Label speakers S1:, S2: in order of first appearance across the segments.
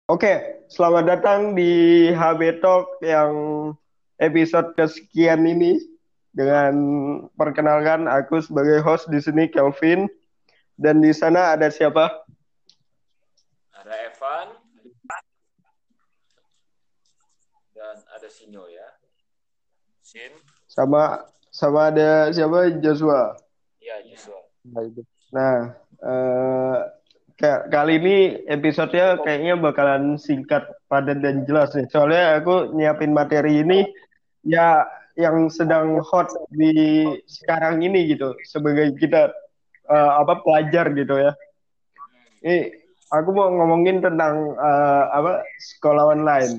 S1: Oke, selamat datang di HB Talk yang episode kesekian ini. Dengan perkenalkan aku sebagai host di sini Kelvin dan di sana ada siapa?
S2: Ada Evan dan ada Sinyo ya. Sin,
S1: Sama sama ada siapa? Joshua.
S2: ya Joshua.
S1: Nah, eh, kali ini episodenya kayaknya bakalan singkat, padat dan jelas nih. Soalnya aku nyiapin materi ini ya yang sedang hot di sekarang ini gitu sebagai kita pelajar gitu ya. Ini aku mau ngomongin tentang sekolah online.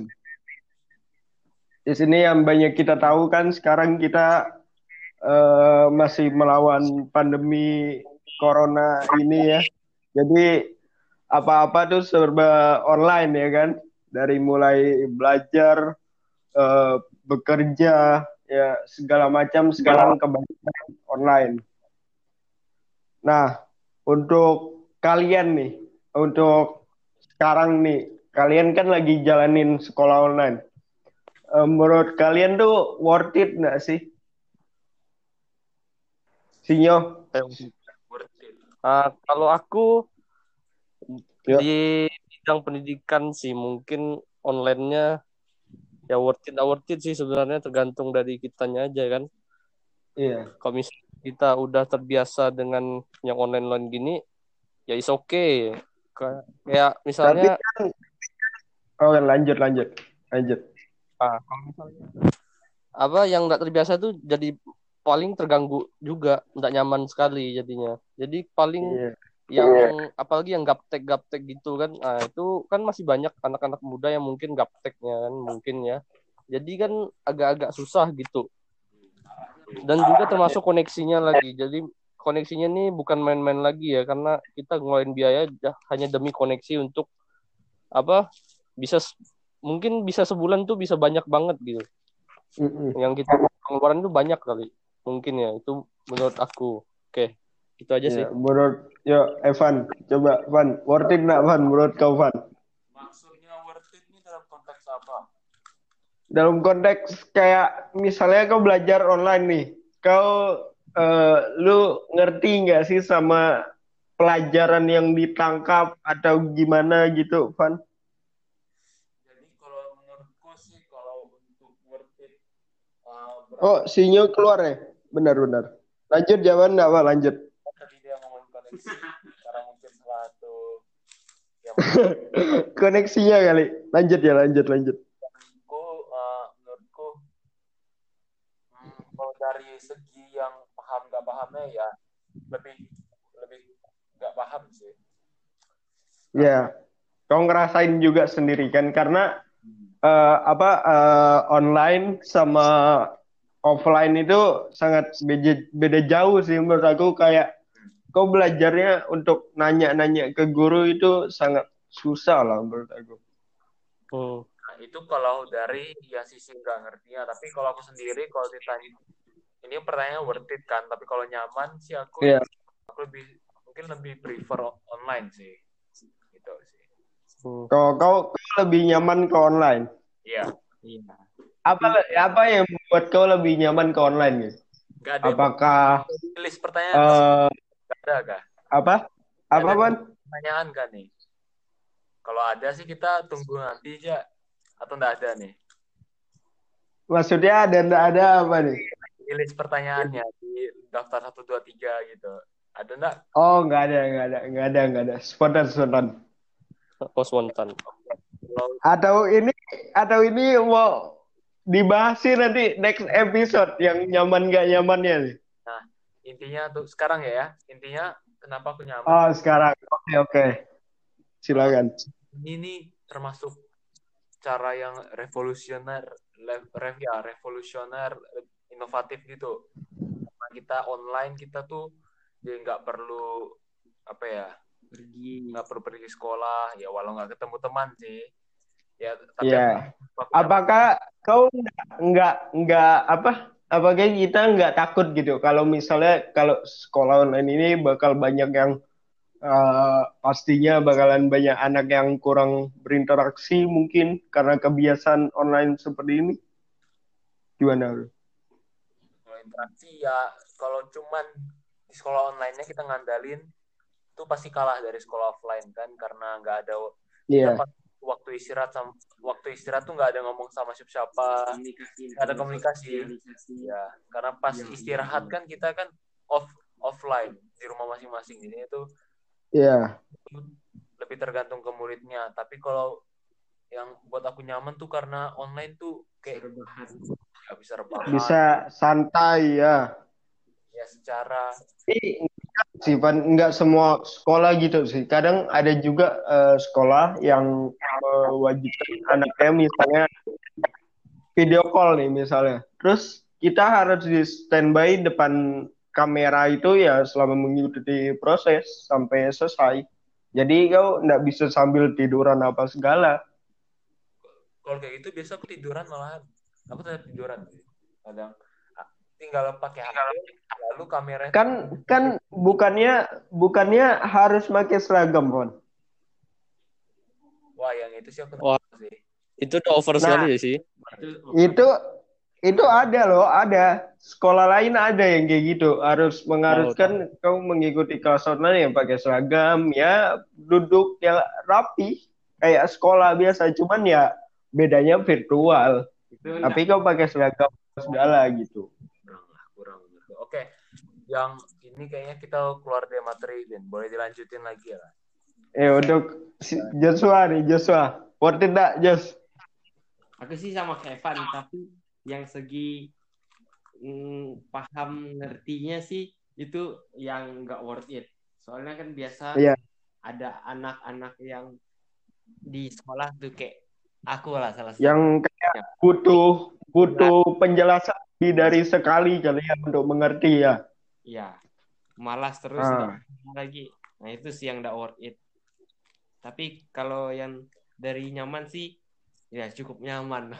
S1: Di sini yang banyak kita tahu kan sekarang kita masih melawan pandemi corona ini ya. Jadi apa-apa tuh serba online ya kan. Dari mulai belajar, eh, bekerja, ya segala macam sekarang kebanyakan online. Nah, untuk kalian nih, untuk sekarang nih, kalian kan lagi jalanin sekolah online. Menurut kalian tuh worth it nggak sih? Sinyo?
S2: Worth it.
S3: Kalau aku
S1: Ya,
S3: di bidang pendidikan sih mungkin online-nya ya worth it sih sebenarnya tergantung dari kitanya aja kan.
S1: iya.
S3: Kalau misalnya kita udah terbiasa dengan yang online gini ya is okay. Kayak
S1: Tapi
S3: misalnya
S1: kan, oh lanjut, lanjut, lanjut.
S3: kalau misalnya apa yang nggak terbiasa tuh jadi paling terganggu juga, nggak nyaman sekali jadinya. Jadi paling
S1: Iya,
S3: yang apalagi yang gaptek gitu kan, itu kan masih banyak anak-anak muda yang mungkin gapteknya kan mungkin ya. Jadi kan agak-agak susah gitu. Dan juga termasuk koneksinya lagi. Jadi koneksinya nih bukan main-main lagi ya, karena kita ngeluarin biaya hanya demi koneksi untuk apa bisa mungkin bisa sebulan tuh bisa banyak banget gitu.
S1: mm-mm.
S3: Yang kita pengeluaran tuh banyak kali mungkin ya, itu menurut aku. Oke, itu aja
S1: Iya.
S3: sih.
S1: Menurut, yo Evan, coba Van, worth it nggak Van? Menurut kau Van?
S2: Maksudnya worth it ini dalam konteks apa?
S1: Dalam konteks kayak misalnya kau belajar online nih, kau lu ngerti nggak sih sama pelajaran yang ditangkap atau gimana gitu, Van?
S2: Jadi kalau menurutku sih kalau untuk worth it
S1: Oh,
S2: berapa
S1: sinyal keluar ya? Benar-benar. Lanjut jawaban nggak, Pak? Lanjut.
S2: tadi dia ngomongin koneksi karena mungkin salah satu yang
S1: Koneksinya kali. Lanjut ya, lanjut, lanjut.
S2: menurutku kalau dari segi yang paham nggak pahamnya ya lebih lebih nggak paham sih.
S1: Ya, kau ngerasain juga sendiri kan? Karena online sama offline itu sangat beda jauh sih menurut aku. Kayak kau belajarnya untuk nanya-nanya ke guru itu sangat susah lah menurut aku.
S3: Hmm.
S2: Nah, itu kalau dari ya sisi nggak ngerti ya. Tapi kalau aku sendiri, kalau ditanya, ini pertanyaan worth it kan. Tapi kalau nyaman sih
S1: Iya.
S2: aku mungkin lebih prefer online sih. Gitu sih.
S1: Kau lebih nyaman ke online.
S2: Iya. Iya.
S1: Apa apa yang membuat kau lebih nyaman ke online gitu?
S2: Gak ada
S1: Apakah
S2: list pertanyaan kak.
S1: eh
S2: Gak ada kak.
S1: apa?
S2: Gak
S1: Apa
S2: ada
S1: Pan?
S2: pertanyaan kan nih. Kalau ada sih kita tunggu nanti aja. Atau nggak ada nih.
S1: Maksudnya ada ndak ada apa nih?
S2: Di list pertanyaannya di daftar 1, 2, 3 gitu. Ada nggak?
S1: Oh, nggak ada. Spontan, spontan.
S3: Oh, spontan.
S2: Kalau
S1: Atau ini mau dibahas sih nanti next episode yang nyaman nggak nyamannya nih.
S2: Nah, intinya tuh sekarang ya. Intinya kenapa aku nyaman?
S1: Oh, sekarang. Oke, oke. Silakan.
S2: Ini nih termasuk cara yang revolusioner, revolusioner, inovatif gitu. Karena kita online kita tuh jadi nggak perlu apa ya, nggak perlu pergi sekolah ya, walau nggak ketemu teman sih. Ya, tapi
S1: Ya.
S2: aku nyaman.
S1: Apakah kau nggak apa? Apakah kita nggak takut gitu kalau misalnya kalau sekolah online ini bakal banyak yang pastinya bakalan banyak anak yang kurang berinteraksi mungkin karena kebiasaan online seperti ini. Gimana, bro?
S2: Kalau interaksi ya, kalau cuman di sekolah online-nya kita ngandalin itu pasti kalah dari sekolah offline kan, karena nggak ada kita
S1: Iya,
S2: pas waktu istirahat tuh nggak ada ngomong sama siapa-siapa, nggak ada komunikasi ya, karena pas istirahat kan kita kan offline di rumah masing-masing, jadi itu
S1: iya.
S2: lebih tergantung ke muridnya. Tapi kalau yang buat aku nyaman tuh karena online tuh kayak nggak bisa rebahan
S1: Bisa santai ya.
S2: ya secara
S1: Tapi sih, Van, nggak semua sekolah gitu sih. Kadang ada juga sekolah yang mewajibkan anaknya misalnya video call nih misalnya. Terus kita harus di standby depan kamera itu ya selama mengikuti proses sampai selesai. Jadi kau nggak bisa sambil tiduran apa segala.
S2: kalau kayak gitu biasa aku tiduran, malahan aku tetap tiduran kadang. Tinggal pakai HP lalu kameranya tuh
S1: Kan kan bukannya bukannya harus pakai seragam, Ron.
S2: wah yang itu sih aku
S3: Wah,
S2: tahu sih.
S3: itu udah over
S1: Nah,
S3: sekali ya sih.
S1: itu itu ada loh, ada. Sekolah lain ada yang kayak gitu. Harus
S3: Tahu, tahu.
S1: mengharuskan kau mengikuti kelas online yang pakai seragam, ya duduk yang rapi kayak sekolah biasa, cuman ya bedanya virtual. Tapi kau pakai seragam segala gitu.
S2: Kurang. Oke, yang ini kayaknya kita keluar dari materi, Dan boleh dilanjutin lagi ya.
S1: Untuk Joshua nih, Joshua. Worth it tak, Jos?
S4: Aku sih sama Kevin, tapi yang segi paham ngertinya sih itu yang nggak worth it. Soalnya kan biasa
S1: Iya.
S4: ada anak-anak yang di sekolah tuh kayak aku lah salah satu.
S1: Yang kayak butuh penjelasan lebih dari sekali kali ya untuk mengerti ya.
S4: Iya, malas terus nggak lagi. Nah itu sih yang nggak worth it. Tapi kalau yang dari nyaman sih, ya cukup nyaman.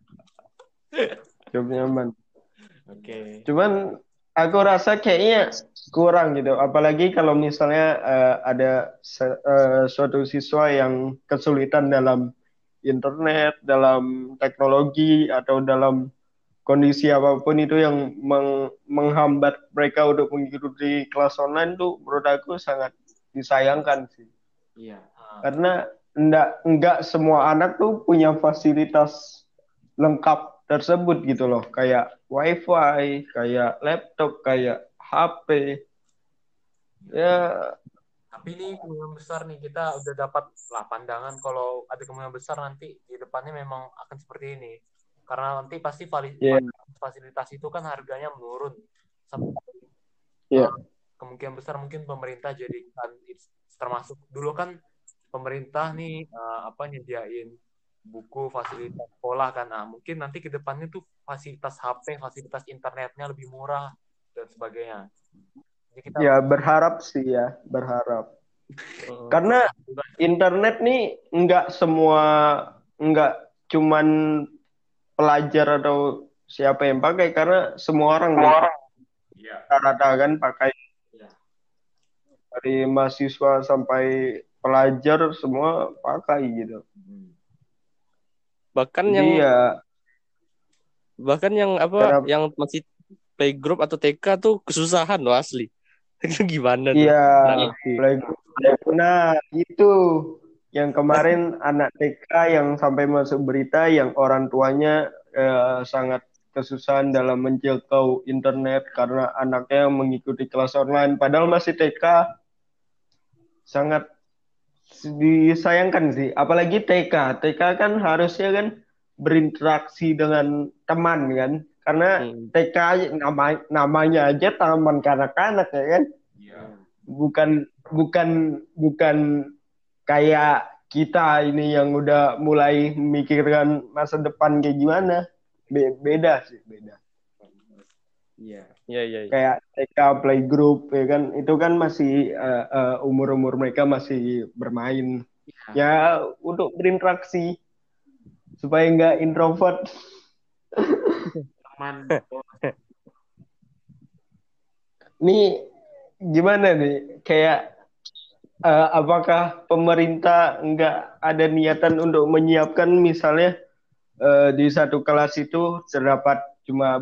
S1: Cukup nyaman.
S4: Oke.
S1: Cuman aku rasa kayaknya kurang gitu. Apalagi kalau misalnya ada suatu siswa yang kesulitan dalam internet, dalam teknologi, atau dalam kondisi apapun itu yang menghambat mereka untuk mengikuti kelas online tuh menurut aku sangat disayangkan sih.
S4: Iya.
S1: Karena enggak semua anak tuh punya fasilitas lengkap tersebut gitu loh, kayak wifi, kayak laptop, kayak HP. Ya,
S2: Tapi ini kemungkinan besar nih kita udah dapat lah pandangan kalau ada kemungkinan besar nanti di depannya memang akan seperti ini. Karena nanti pasti
S1: ya,
S2: fasilitas itu kan harganya menurun.
S1: ya,
S2: Kemungkinan besar mungkin pemerintah jadikan termasuk dulu kan pemerintah nih nyediain buku fasilitas sekolah kan. Nah, mungkin nanti ke depannya tuh fasilitas HP, fasilitas internetnya lebih murah dan sebagainya. Jadi kita
S1: ya berharap sih ya, berharap. Karena internet nih enggak cuman pelajar atau siapa yang pakai, karena semua orang rata-rata kan pakai, dari mahasiswa sampai pelajar semua pakai gitu.
S3: Bahkan
S1: Jadi
S3: yang
S1: karena
S3: yang masih playgroup atau TK tuh kesusahan loh asli. Itu gimana tuh?
S1: iya,
S3: Nggak ngerti.
S1: playgroup. Nah, itu yang kemarin anak TK yang sampai masuk berita yang orang tuanya sangat kesusahan dalam menjangkau internet karena anaknya mengikuti kelas online padahal masih TK. Sangat disayangkan sih, apalagi TK. TK kan harusnya kan berinteraksi dengan teman kan, karena TK namanya aja taman kanak-kanak ya kan. Bukan bukan kayak kita ini yang udah mulai memikirkan masa depan kayak gimana. Beda sih, beda.
S4: Iya.
S3: Iya.
S1: Kayak TK playgroup ya kan, itu kan masih umur-umur mereka masih bermain. Ya untuk berinteraksi supaya nggak introvert.
S4: Teman.
S1: Nih gimana nih, kayak apakah pemerintah nggak ada niatan untuk menyiapkan misalnya di satu kelas itu terdapat cuma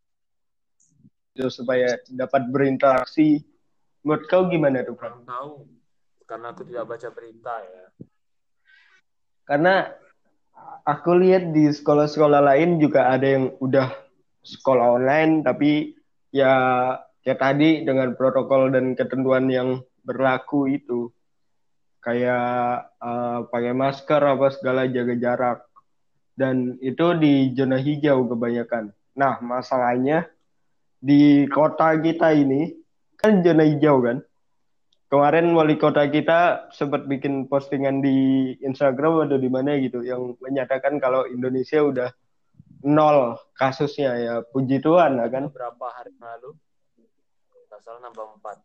S1: supaya dapat berinteraksi. Menurut kau gimana tuh, Pak?
S2: Kurang tahu karena aku tidak baca berita ya.
S1: Karena aku lihat di sekolah-sekolah lain juga ada yang udah sekolah online, tapi ya kayak tadi dengan protokol dan ketentuan yang berlaku itu, kayak pakai masker apa segala, jaga jarak, dan itu di zona hijau kebanyakan. Nah, masalahnya di kota kita ini kan zona hijau kan. Kemarin wali kota kita sempat bikin postingan di Instagram atau di mana gitu yang menyatakan kalau Indonesia udah nol kasusnya, ya puji Tuhan lah kan.
S2: Beberapa hari lalu nggak salah nambah 4.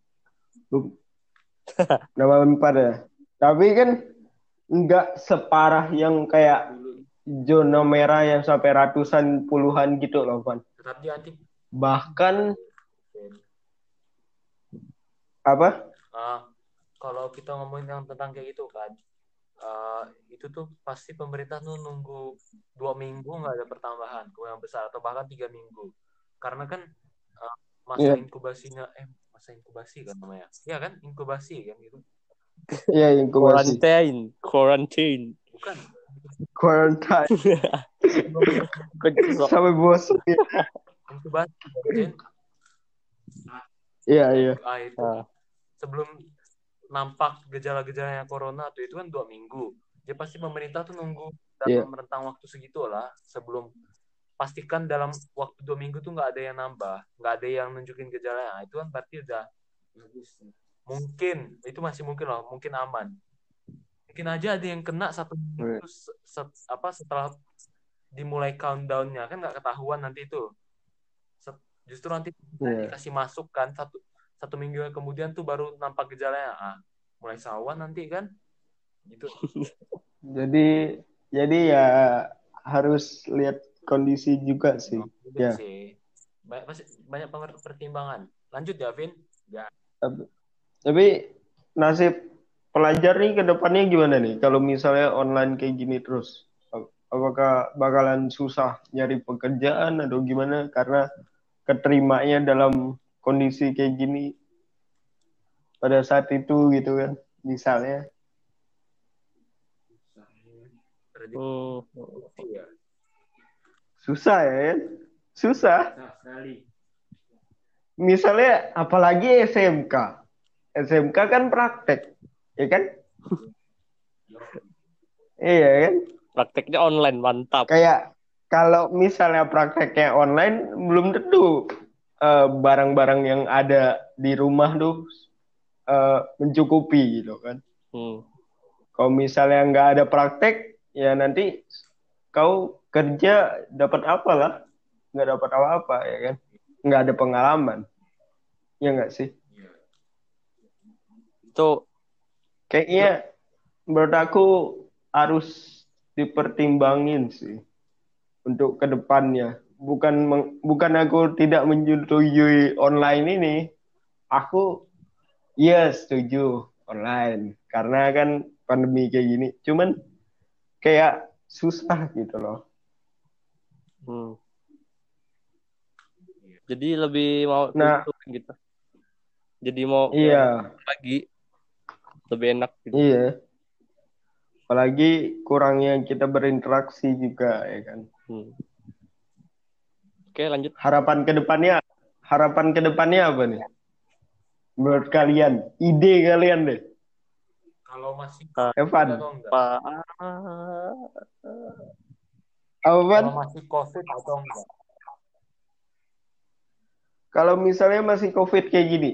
S1: Nambah 4 ya. Tapi kan nggak separah yang kayak zona merah yang sampai ratusan puluhan gitu loh, Van.
S2: Tetap di anti.
S1: Bahkan apa?
S2: Kalau kita ngomongin tentang kayak gitu kan, itu tuh pasti pemerintah tuh nunggu 2 minggu nggak ada pertambahan yang besar atau bahkan 3 minggu, karena kan masa inkubasinya masa inkubasi kan namanya, ya kan inkubasi kan gitu.
S1: Iya, inkubasi.
S3: Quarantine.
S2: Bukan.
S1: Quarantine. Sampai bosan.
S2: Inkubasi.
S1: Iya.
S2: Itu sebelum nampak gejala-gejalanya corona tuh itu kan 2 minggu. Jadi pasti pemerintah tuh nunggu dalam rentang waktu segitu lah sebelum pastikan dalam waktu 2 minggu tuh nggak ada yang nambah, nggak ada yang nunjukin gejalanya. Itu kan berarti udah mungkin itu masih mungkin loh, mungkin aman. Mungkin aja ada yang kena 1 minggu setelah dimulai countdown-nya kan nggak ketahuan nanti itu. Justru nanti dikasih masuk kan 1 minggu kemudian tuh baru nampak gejalanya. Mulai sawan nanti kan gitu.
S1: Jadi ya harus lihat kondisi juga sih. Ya.
S2: Sih. Banyak pertimbangan. Lanjut ya, Vin. Ya.
S1: Tapi nasib pelajar nih ke depannya gimana nih? Kalau misalnya online kayak gini terus, apakah bakalan susah nyari pekerjaan atau gimana? Karena keterimanya dalam kondisi kayak gini pada saat itu gitu kan, misalnya. Susah ya kan? Susah. Misalnya apalagi SMK. SMK kan praktek, ya kan? Iya kan?
S3: Prakteknya online, mantap.
S1: Kayak kalau misalnya prakteknya online, belum tentu barang-barang yang ada di rumah tuh mencukupi gitu kan. Kalau misalnya nggak ada praktek, ya nanti kau kerja dapat apa lah? Nggak dapat apa-apa ya kan? Nggak ada pengalaman. Ya nggak sih?
S3: Itu
S1: kayaknya menurut aku harus dipertimbangin sih untuk kedepannya. Bukan aku tidak menyetujui online ini. Aku setuju online karena kan pandemi kayak gini. Cuman kayak susah gitu loh.
S3: Jadi lebih mau gitu. Jadi mau lagi lebih enak gitu.
S1: Iya. Apalagi kurangnya kita berinteraksi juga ya kan.
S3: Oke, lanjut.
S1: Harapan kedepannya apa nih? Menurut kalian, ide kalian deh.
S2: Kalau masih
S1: Evan.
S2: Kalau masih COVID atau enggak?
S1: Kalau misalnya masih COVID kayak gini,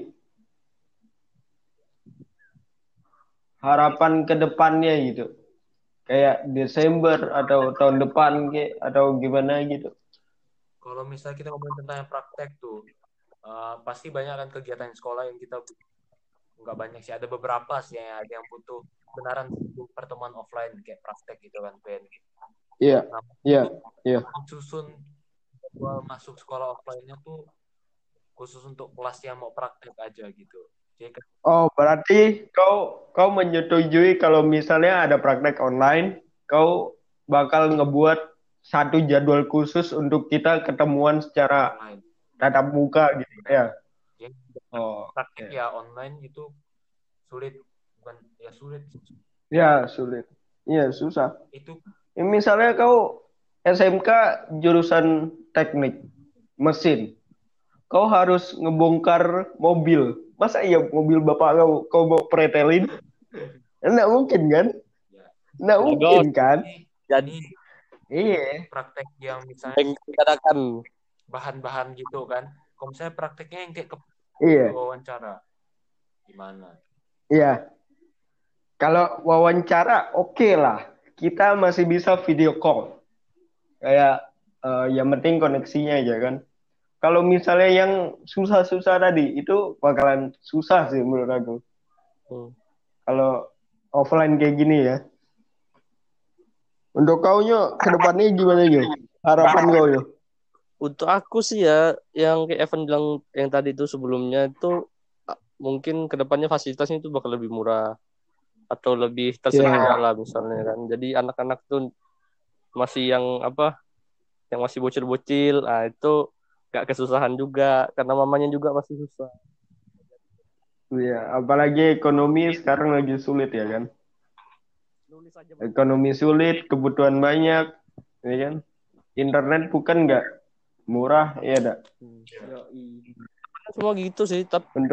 S1: harapan kedepannya gitu, kayak Desember atau tahun depan kayak atau gimana gitu.
S2: Kalau misalnya kita ngomongin tentang yang praktek tuh, pasti banyak kan kegiatan sekolah yang kita nggak banyak sih, ada beberapa sih yang ada yang butuh benaran pertemuan offline kayak praktek gitu kan, Ben.
S1: Iya.
S2: Susun masuk sekolah offline-nya tuh khusus untuk kelas yang mau praktek aja gitu. Jadi
S1: Oh, berarti kau menyetujui kalau misalnya ada praktek online, kau bakal ngebuat satu jadwal khusus untuk kita ketemuan secara
S2: online.
S1: tatap muka gitu ya.
S2: Jadi
S1: Oh,
S2: praktek
S1: oke.
S2: ya online itu sulit, bukan ya sulit.
S1: Ya, sulit. Iya, susah.
S2: Itu
S1: Ya, misalnya kau SMK jurusan teknik mesin, kau harus ngebongkar mobil. Masa iya mobil bapak kau mau pretelin? Enggak mungkin kan?
S2: ya
S1: Enggak mungkin
S3: Bagos.
S1: kan?
S3: Jadi
S2: ini
S1: Iya,
S2: praktek yang misalnya
S3: yang dikatakan
S2: bahan-bahan gitu kan. Kalau misalnya prakteknya yang kayak ke
S1: iya,
S2: wawancara gimana?
S1: iya. Kalau wawancara oke lah. Kita masih bisa video call. Kayak yang penting koneksinya aja kan. Kalau misalnya yang susah-susah tadi, itu bakalan susah sih menurut aku.
S3: Hmm.
S1: Kalau offline kayak gini ya. Untuk kau Nyo, ke depannya gimana Nyo? Harapan kau Nyo?
S3: Untuk aku sih ya, yang kayak Evan bilang yang tadi itu sebelumnya itu mungkin kedepannya fasilitasnya itu bakal lebih murah atau lebih tersedia
S1: Ya,
S3: lah misalnya kan. Jadi anak-anak tuh masih yang apa, yang masih bocil-bocil, itu gak kesusahan juga karena mamanya juga masih susah.
S1: ya. Apalagi ekonomi sekarang lagi sulit ya kan.
S3: Nulis aja banyak.
S1: Ekonomi sulit, kebutuhan banyak, ya kan. Internet bukan nggak murah, ya dak.
S4: Yoi.
S3: Semua gitu sih,
S1: Untuk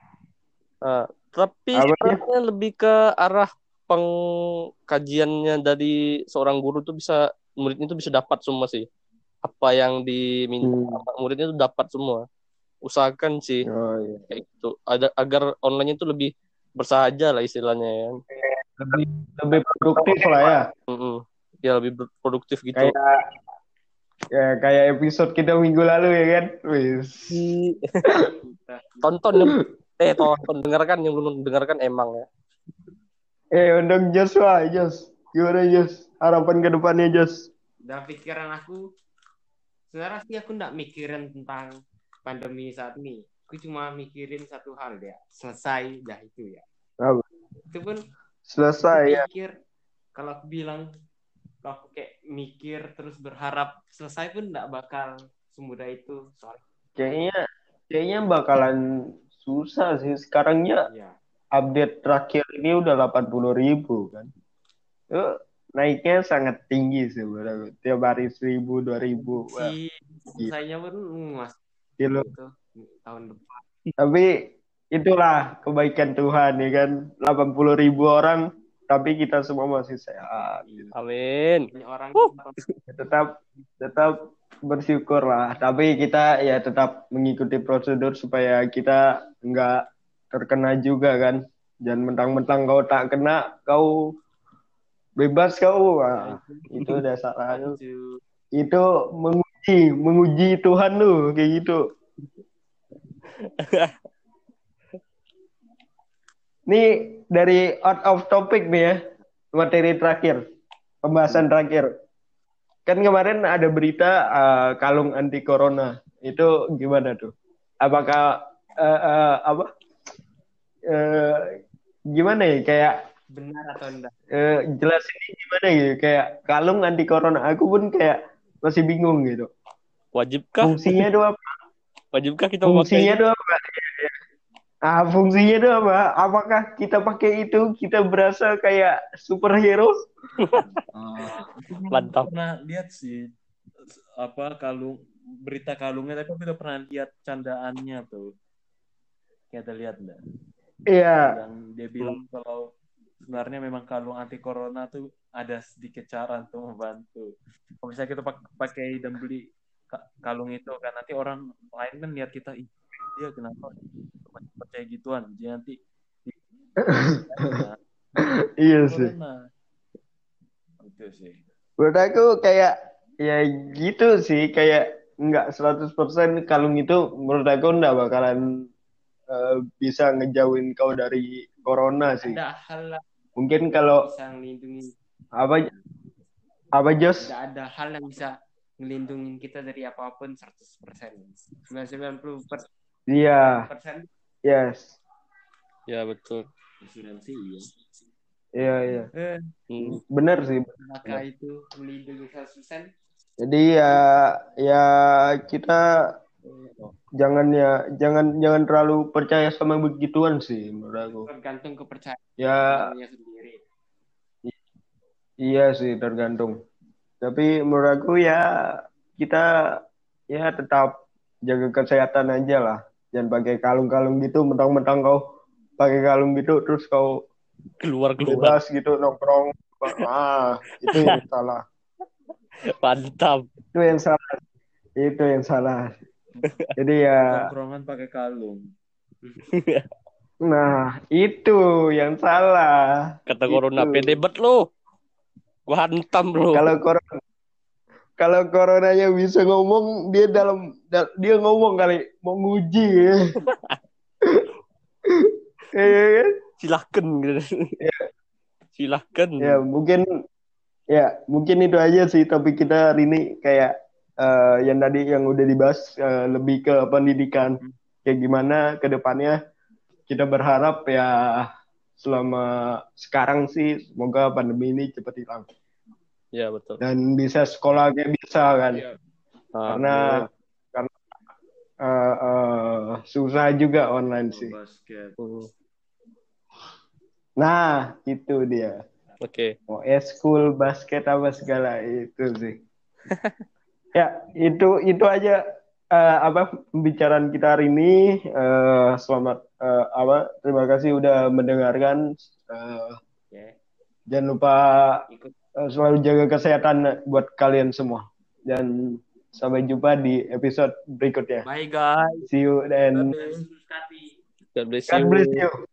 S3: tapi
S1: apa ya?
S3: sebenarnya lebih ke arah pengkajiannya dari seorang guru tuh bisa muridnya tuh bisa dapat semua sih. Apa yang diminta
S1: Hmm.
S3: sama muridnya tuh dapat semua. Usahakan sih
S1: Oh iya.
S3: kayak gitu. Ada agar online itu lebih bersahaja lah istilahnya ya.
S1: Lebih lebih produktif lah ya.
S3: Mm-mm. Ya lebih produktif gitu.
S1: Kayak kayak episode kita minggu lalu ya kan. Wis.
S3: Tonton tonton dengarkan yang belum dengarkan emang ya.
S1: Untuk Joshua, Jos. Gimana Jos? Harapan ke depannya Jos?
S4: Dan pikiran aku, sebenarnya sih aku nggak mikirin tentang pandemi saat ini. Aku cuma mikirin satu hal ya, selesai dah itu ya.
S1: Apa?
S4: Itu pun
S1: Selesai
S4: aku
S1: ya.
S4: pikir, kalau aku bilang, kalau aku kayak mikir terus berharap selesai pun nggak bakal semudah itu. Soalnya,
S1: Kayaknya kayaknya bakalan susah sih. Sekarangnya
S4: ya,
S1: update terakhir ini udah 80.000 kan. Itu naiknya sangat tinggi sih bro. Tiap hari 1.000, 2.000. Wah,
S4: si
S1: gila.
S4: selesainya pun mas
S1: Gila.
S4: itu tahun depan.
S1: Tapi itulah kebaikan Tuhan ya kan. 80.000 orang, tapi kita semua masih sehat. Gitu.
S3: Amin.
S4: Banyak orang
S1: Tetap tetap bersyukur lah. Tapi kita ya tetap mengikuti prosedur supaya kita nggak terkena juga kan. Jangan mentang-mentang kau tak kena, kau bebas kau.
S4: ya
S1: Wah, itu udah salah lu.
S4: itu
S1: Itu menguji Tuhan lu kayak gitu. Ini dari out of topic nih ya, materi terakhir, pembahasan terakhir. Kan kemarin ada berita kalung anti corona. Itu gimana tuh? Apakah apa? Gimana ya? Kayak
S4: benar atau enggak?
S1: jelasin gimana gitu? Kayak kalung anti corona. Aku pun kayak masih bingung gitu.
S3: Wajibkah?
S1: Fungsinya tuh apa?
S3: Wajibkah kita
S1: Fungsinya
S3: memakai?
S1: tuh apa? Fungsinya tuh apa? Apakah kita pakai itu kita berasa kayak superhero?
S3: Mantap.
S2: Pernah lihat sih apa berita kalungnya, tapi aku udah pernah lihat candaannya tuh. Kayak ada lihat enggak?
S1: Iya.
S2: Yang dia bilang kalau sebenarnya memang kalung anti corona tuh ada sedikit cara untuk membantu. Kalau misalnya kita pakai dan beli kalung itu kan, nanti orang lain kan lihat kita, ih dia kenapa percaya gituan, dia nanti
S1: Iya sih.
S2: corona itu sih.
S1: Menurut aku kayak ya gitu sih, kayak nggak 100% kalung itu menurut aku nggak bakalan bisa ngejauhin kau dari corona sih.
S4: Ada hal yang
S1: Mungkin kalau
S4: bisa melindungi,
S1: apa apa Jos?
S4: tidak ada hal yang bisa melindungi kita dari apapun 100%. 90%
S1: Iya, yes.
S3: Ya betul.
S4: Asuransi iya.
S1: Iya.
S3: Hmm.
S1: Benar sih.
S4: Maka itu melindungi 100%.
S1: Jadi ya kita jangan terlalu percaya sama begituan sih menurut aku.
S4: Tergantung kepercayaan
S1: Ya
S4: orangnya sendiri.
S1: iya sih tergantung. Tapi menurut aku ya kita ya tetap jaga kesehatan aja lah. Jangan pakai kalung-kalung gitu, mentang-mentang kau pakai kalung gitu terus kau
S3: Keluar.
S1: bebas gitu nongkrong. Itu yang salah.
S3: Mantap.
S1: Itu yang salah. Itu yang salah. Jadi ya,
S2: Tongkrongan pakai kalung.
S1: nah itu yang salah.
S3: Kata corona
S1: Itu.
S3: pede bet lo. Gua hantam lo.
S1: Kalau coronanya bisa ngomong, dia ngomong kali mau nguji ya. Iya kan?
S3: Silahkan gitu. Silahkan.
S1: Mungkin itu aja sih topik kita hari ini, kayak yang tadi yang udah dibahas, lebih ke pendidikan kayak gimana ke depannya. Kita berharap ya selama sekarang sih semoga pandemi ini cepat hilang
S3: Ya betul.
S1: dan bisa sekolah kayak bisa kan.
S2: Iya.
S1: Karena susah juga online sih.
S2: Basket.
S1: Nah, itu dia.
S3: Oke.
S1: Mau school basket apa segala itu sih. Ya, itu aja pembicaraan kita hari ini. Selamat terima kasih udah mendengarkan. Jangan lupa selalu jaga kesehatan buat kalian semua. Dan sampai jumpa di episode berikutnya.
S2: Bye guys.
S1: See you and
S3: God bless
S1: God
S3: you.
S1: bless you.